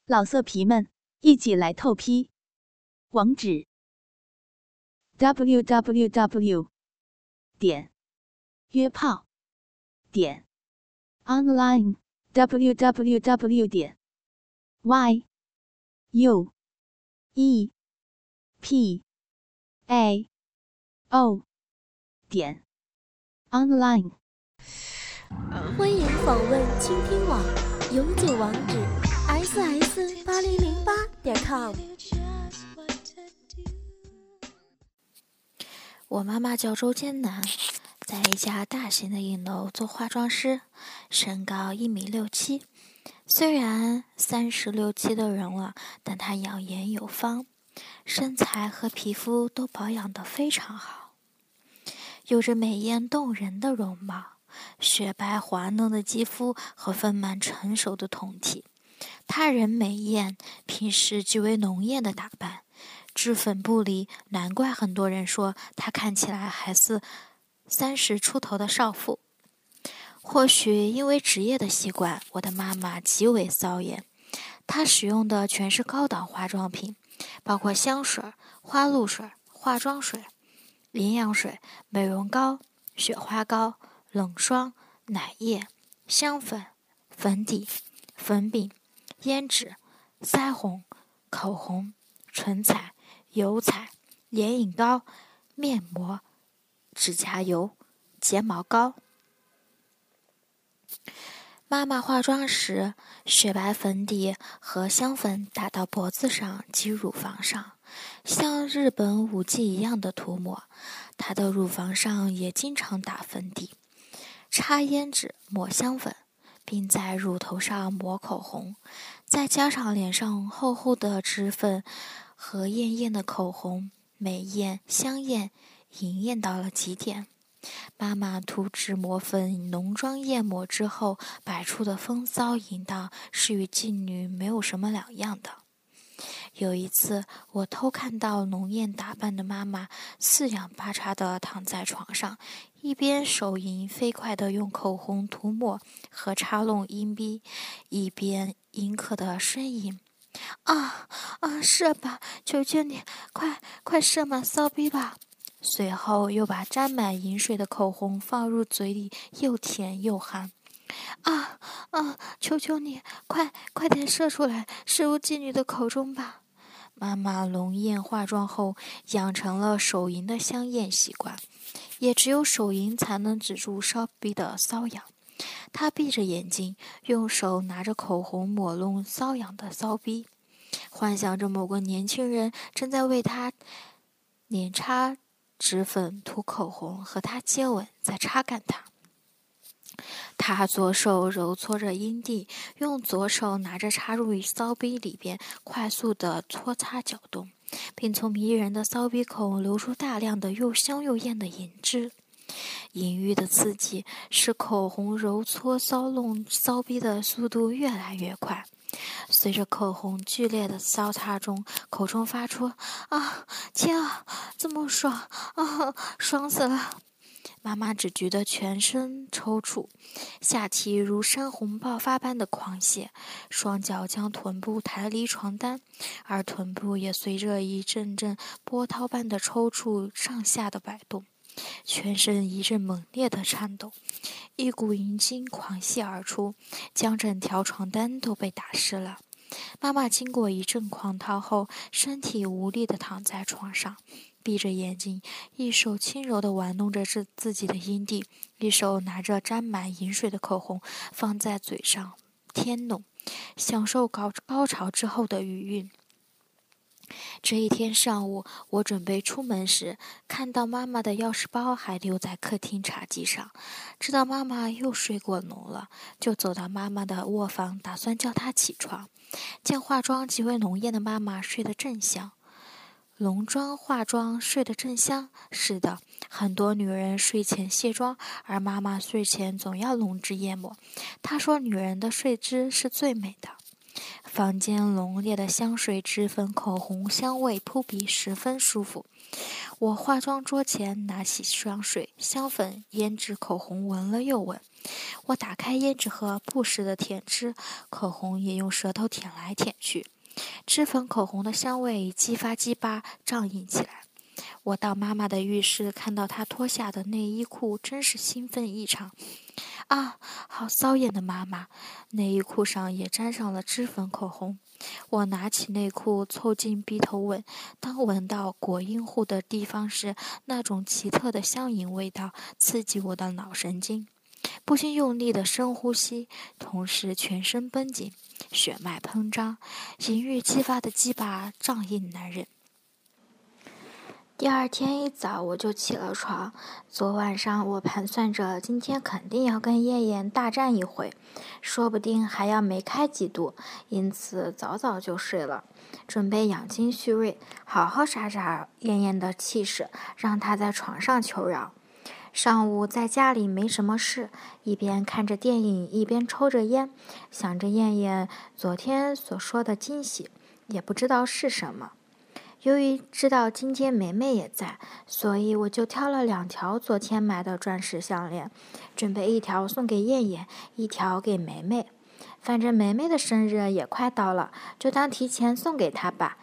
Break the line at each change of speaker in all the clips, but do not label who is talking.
老色皮们，一起来透批！网址 www.约炮online www.yuepao.online。
欢迎访问倾听网，永久网址 ss8008.com。
我妈妈叫周坚南，在一家大型的影楼做化妆师，身高1.67米。虽然36、7的人了，但她养颜有方，身材和皮肤都保养得非常好，有着美艳动人的容貌，雪白滑嫩的肌肤和丰满成熟的胴体。她人美艳，平时极为浓艳的打扮，脂粉不离，难怪很多人说她看起来还是30出头的少妇。或许因为职业的习惯，我的妈妈极为骚艳。她使用的全是高档化妆品，包括香水、花露水、化妆水、营养水、美容膏、雪花膏、冷霜、奶液、香粉、粉底、粉饼、胭脂、腮红、口红、唇彩、油彩、眼影膏、面膜、指甲油、睫毛膏。妈妈化妆时，雪白粉底和香粉打到脖子上及乳房上，像日本舞伎一样的涂抹。她的乳房上也经常打粉底，擦胭脂，抹香粉，并在乳头上抹口红，再加上脸上厚厚的脂粉和艳艳的口红，美艳香艳，莹艳到了极点。妈妈涂脂抹粉、浓妆艳抹之后摆出的风骚淫荡，是与妓女没有什么两样的。有一次，我偷看到浓艳打扮的妈妈四仰八叉地躺在床上，一边手淫飞快地用口红涂抹和插弄阴蒂，一边阴刻地呻吟：“射吧，求求你，快射满骚逼吧！”随后又把沾满淫水的口红放入嘴里，又舔又含。求求你，快点射出来，射入妓女的口中吧！妈妈浓艳化妆后，养成了手淫的香艳习惯，也只有手淫才能止住骚逼的瘙痒。她闭着眼睛，用手拿着口红抹弄瘙痒的骚逼，幻想着某个年轻人正在为她脸擦脂粉、涂口红，和她接吻，再擦干她。她左手揉搓着阴蒂，用左手拿着插入骚逼里边，快速地搓擦搅动，并从迷人的骚逼孔流出大量的又香又艳的饮汁。淫欲的刺激使口红揉搓骚弄骚逼的速度越来越快。随着口红剧烈的搔擦中，口中发出天啊，这么爽爽死了！妈妈只觉得全身抽搐，下体如山洪爆发般的狂泻，双脚将臀部抬离床单，而臀部也随着一阵阵波涛般的抽搐上下的摆动，全身一阵猛烈的颤抖，一股淫精狂泻而出，将整条床单都被打湿了。妈妈经过一阵狂涛后，身体无力地躺在床上，闭着眼睛，一手轻柔地玩弄着自己的阴蒂，一手拿着沾满淫水的口红放在嘴上舔弄，享受高潮之后的余韵。这一天上午，我准备出门时，看到妈妈的钥匙包还留在客厅茶几上，知道妈妈又睡过浓了，就走到妈妈的卧房，打算叫她起床。见化妆极为浓艳的妈妈睡得正香，浓妆化妆睡得正香。是的，很多女人睡前卸妆，而妈妈睡前总要浓脂艳抹。她说女人的睡姿是最美的。房间浓烈的香水、脂粉、口红香味扑鼻，十分舒服。我化妆桌前拿起香水、香粉、胭脂、口红闻了又闻， 我打开胭脂盒，不时地舔吃，口红也用舌头舔来舔去。脂粉口红的香味激发鸡巴胀硬起来。我到妈妈的浴室，看到她脱下的内衣裤，真是兴奋异常。啊，好骚艳的妈妈！内衣裤上也沾上了脂粉口红。我拿起内裤，凑近鼻头闻，当闻到果阴户的地方时，那种奇特的香淫味道刺激我的脑神经，不禁用力的深呼吸，同时全身绷紧，血脉膨胀，淫欲激发的鸡巴胀硬难忍。第二天一早我就起了床。昨晚上我盘算着今天肯定要跟燕燕大战一回，说不定还要梅开几度，因此早早就睡了，准备养精蓄锐，好好杀杀燕燕的气势，让她在床上求饶。上午在家里没什么事，一边看着电影一边抽着烟，想着燕燕昨天所说的惊喜，也不知道是什么。由于知道今天梅梅也在，所以我就挑了2条昨天买的钻石项链，准备1条送给燕燕，1条给梅梅。反正梅梅的生日也快到了，就当提前送给她吧。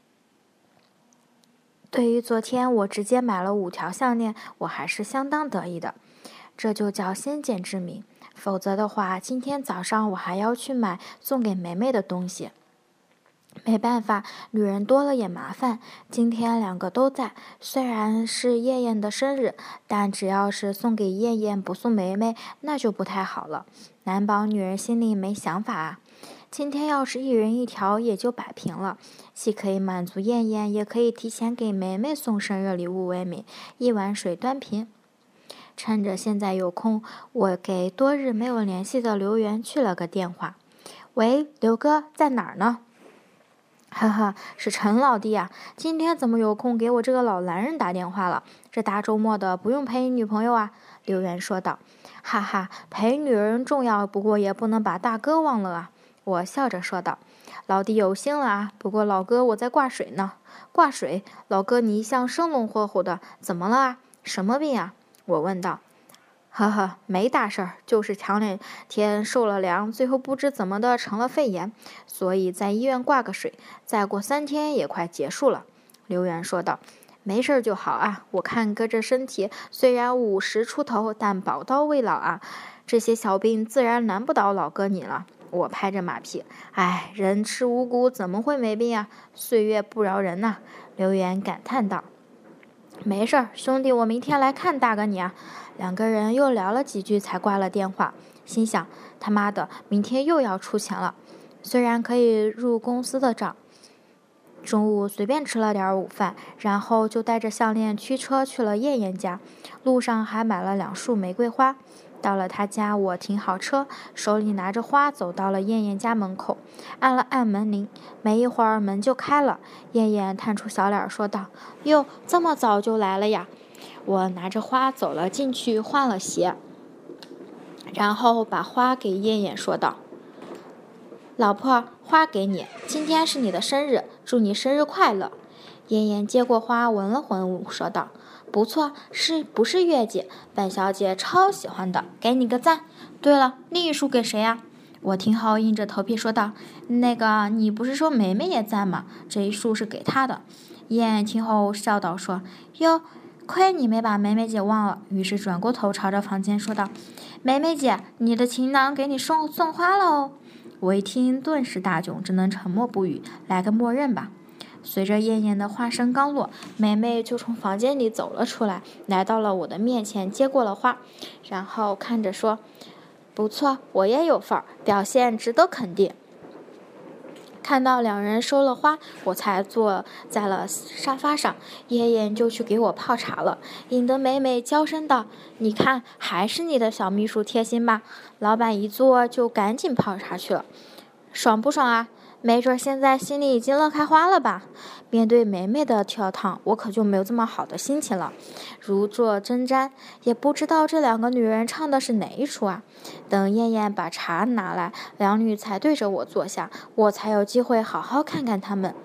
对于昨天我直接买了5条项链，我还是相当得意的。这就叫先见之明，否则的话，今天早上我还要去买送给梅梅的东西。没办法，女人多了也麻烦。今天2个都在，虽然是燕燕的生日，但只要是送给燕燕不送梅梅，那就不太好了。难保女人心里没想法啊。今天要是1人1条，也就摆平了，既可以满足燕燕，也可以提前给梅梅送生日礼物为名，一碗水端平。趁着现在有空，我给多日没有联系的刘源去了个电话。喂，刘哥，在哪儿呢？哈哈，是陈老弟啊，今天怎么有空给我这个老男人打电话了？这大周末的不用陪你女朋友啊？刘源说道。哈哈，陪女人重要，不过也不能把大哥忘了啊。我笑着说道。老弟有心了啊，不过老哥我在挂水呢。挂水？老哥你一向生龙活虎的，怎么了啊？什么病啊？我问道。呵呵，没大事儿，就是前2天受了凉，最后不知怎么的成了肺炎，所以在医院挂个水，再过3天也快结束了。刘源说道。没事就好啊，我看哥这身体虽然50出头，但宝刀未老啊，这些小病自然难不倒老哥你了。我拍着马屁，哎，人吃五谷怎么会没病啊？岁月不饶人呐。刘源感叹道。没事儿，兄弟，我明天来看大哥你啊。2个人又聊了几句才挂了电话，心想他妈的，明天又要出钱了。虽然可以入公司的账。中午随便吃了点午饭，然后就带着项链驱车去了燕燕家，路上还买了2束玫瑰花。到了他家，我停好车，手里拿着花走到了燕燕家门口，按了按门铃，没一会儿门就开了。燕燕探出小脸说道：哟，这么早就来了呀？我拿着花走了进去，换了鞋，然后把花给燕燕说道：老婆，花给你，今天是你的生日，祝你生日快乐。燕燕接过花闻了闻，说道：不错，是不是月季？本小姐超喜欢的，给你个赞。对了，另一束给谁呀？我听后硬着头皮说道：那个，你不是说梅梅也在吗？这一束是给她的。燕燕听后笑道说：哟，亏你没把梅梅姐忘了。于是转过头朝着房间说道：梅梅姐，你的情郎给你送花了哦。我一听顿时大窘，只能沉默不语，来个默认吧。随着燕燕的话声刚落，梅梅就从房间里走了出来，来到了我的面前，接过了花，然后看着说：不错，我也有份儿，表现值得肯定。看到2人收了花，我才坐在了沙发上，燕燕就去给我泡茶了，引得梅梅娇声道：你看，还是你的小秘书贴心吧。老板一坐就赶紧泡茶去了。爽不爽啊？没准现在心里已经乐开花了吧。面对梅梅的跳烫，我可就没有这么好的心情了，如坐针毡，也不知道这2个女人唱的是哪一出啊。等燕燕把茶拿来，2女才对着我坐下，我才有机会好好看看她们。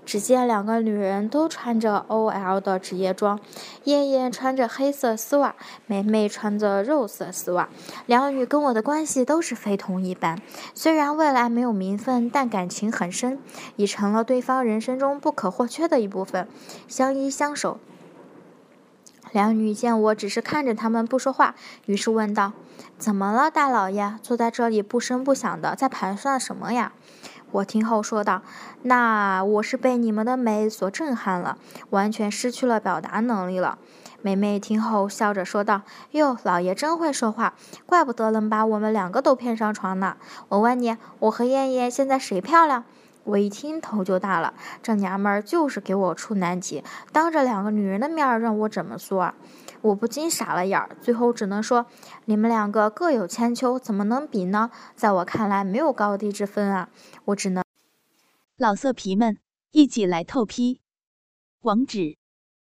只见两个女人都穿着 OL 的职业装，燕燕穿着黑色丝袜，梅梅穿着肉色丝袜。两女跟我的关系都是非同一般，虽然未来没有名分，但感情很深，已成了对方人生中不可或缺的一部分，相依相守。两女见我只是看着他们不说话，于是问道：“怎么了，大老爷？坐在这里不声不响的，在盘算什么呀？”我听后说道：“那我是被你们的美所震撼了，完全失去了表达能力了。”梅梅听后笑着说道：“哟，老爷真会说话，怪不得能把我们两个都骗上床呢。我问你，我和燕燕现在谁漂亮？”我一听头就大了，这娘们儿就是给我出难题，当着两个女人的面儿让我怎么说啊？我不禁傻了眼儿，最后只能说：“你们两个各有千秋，怎么能比呢？在我看来，没有高低之分啊！”我只能。
老色皮们，一起来透批！网址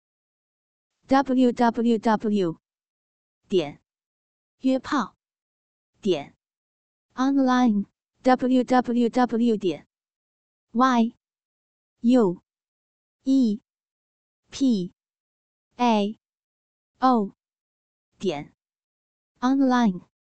www.约炮online www.yuepao.online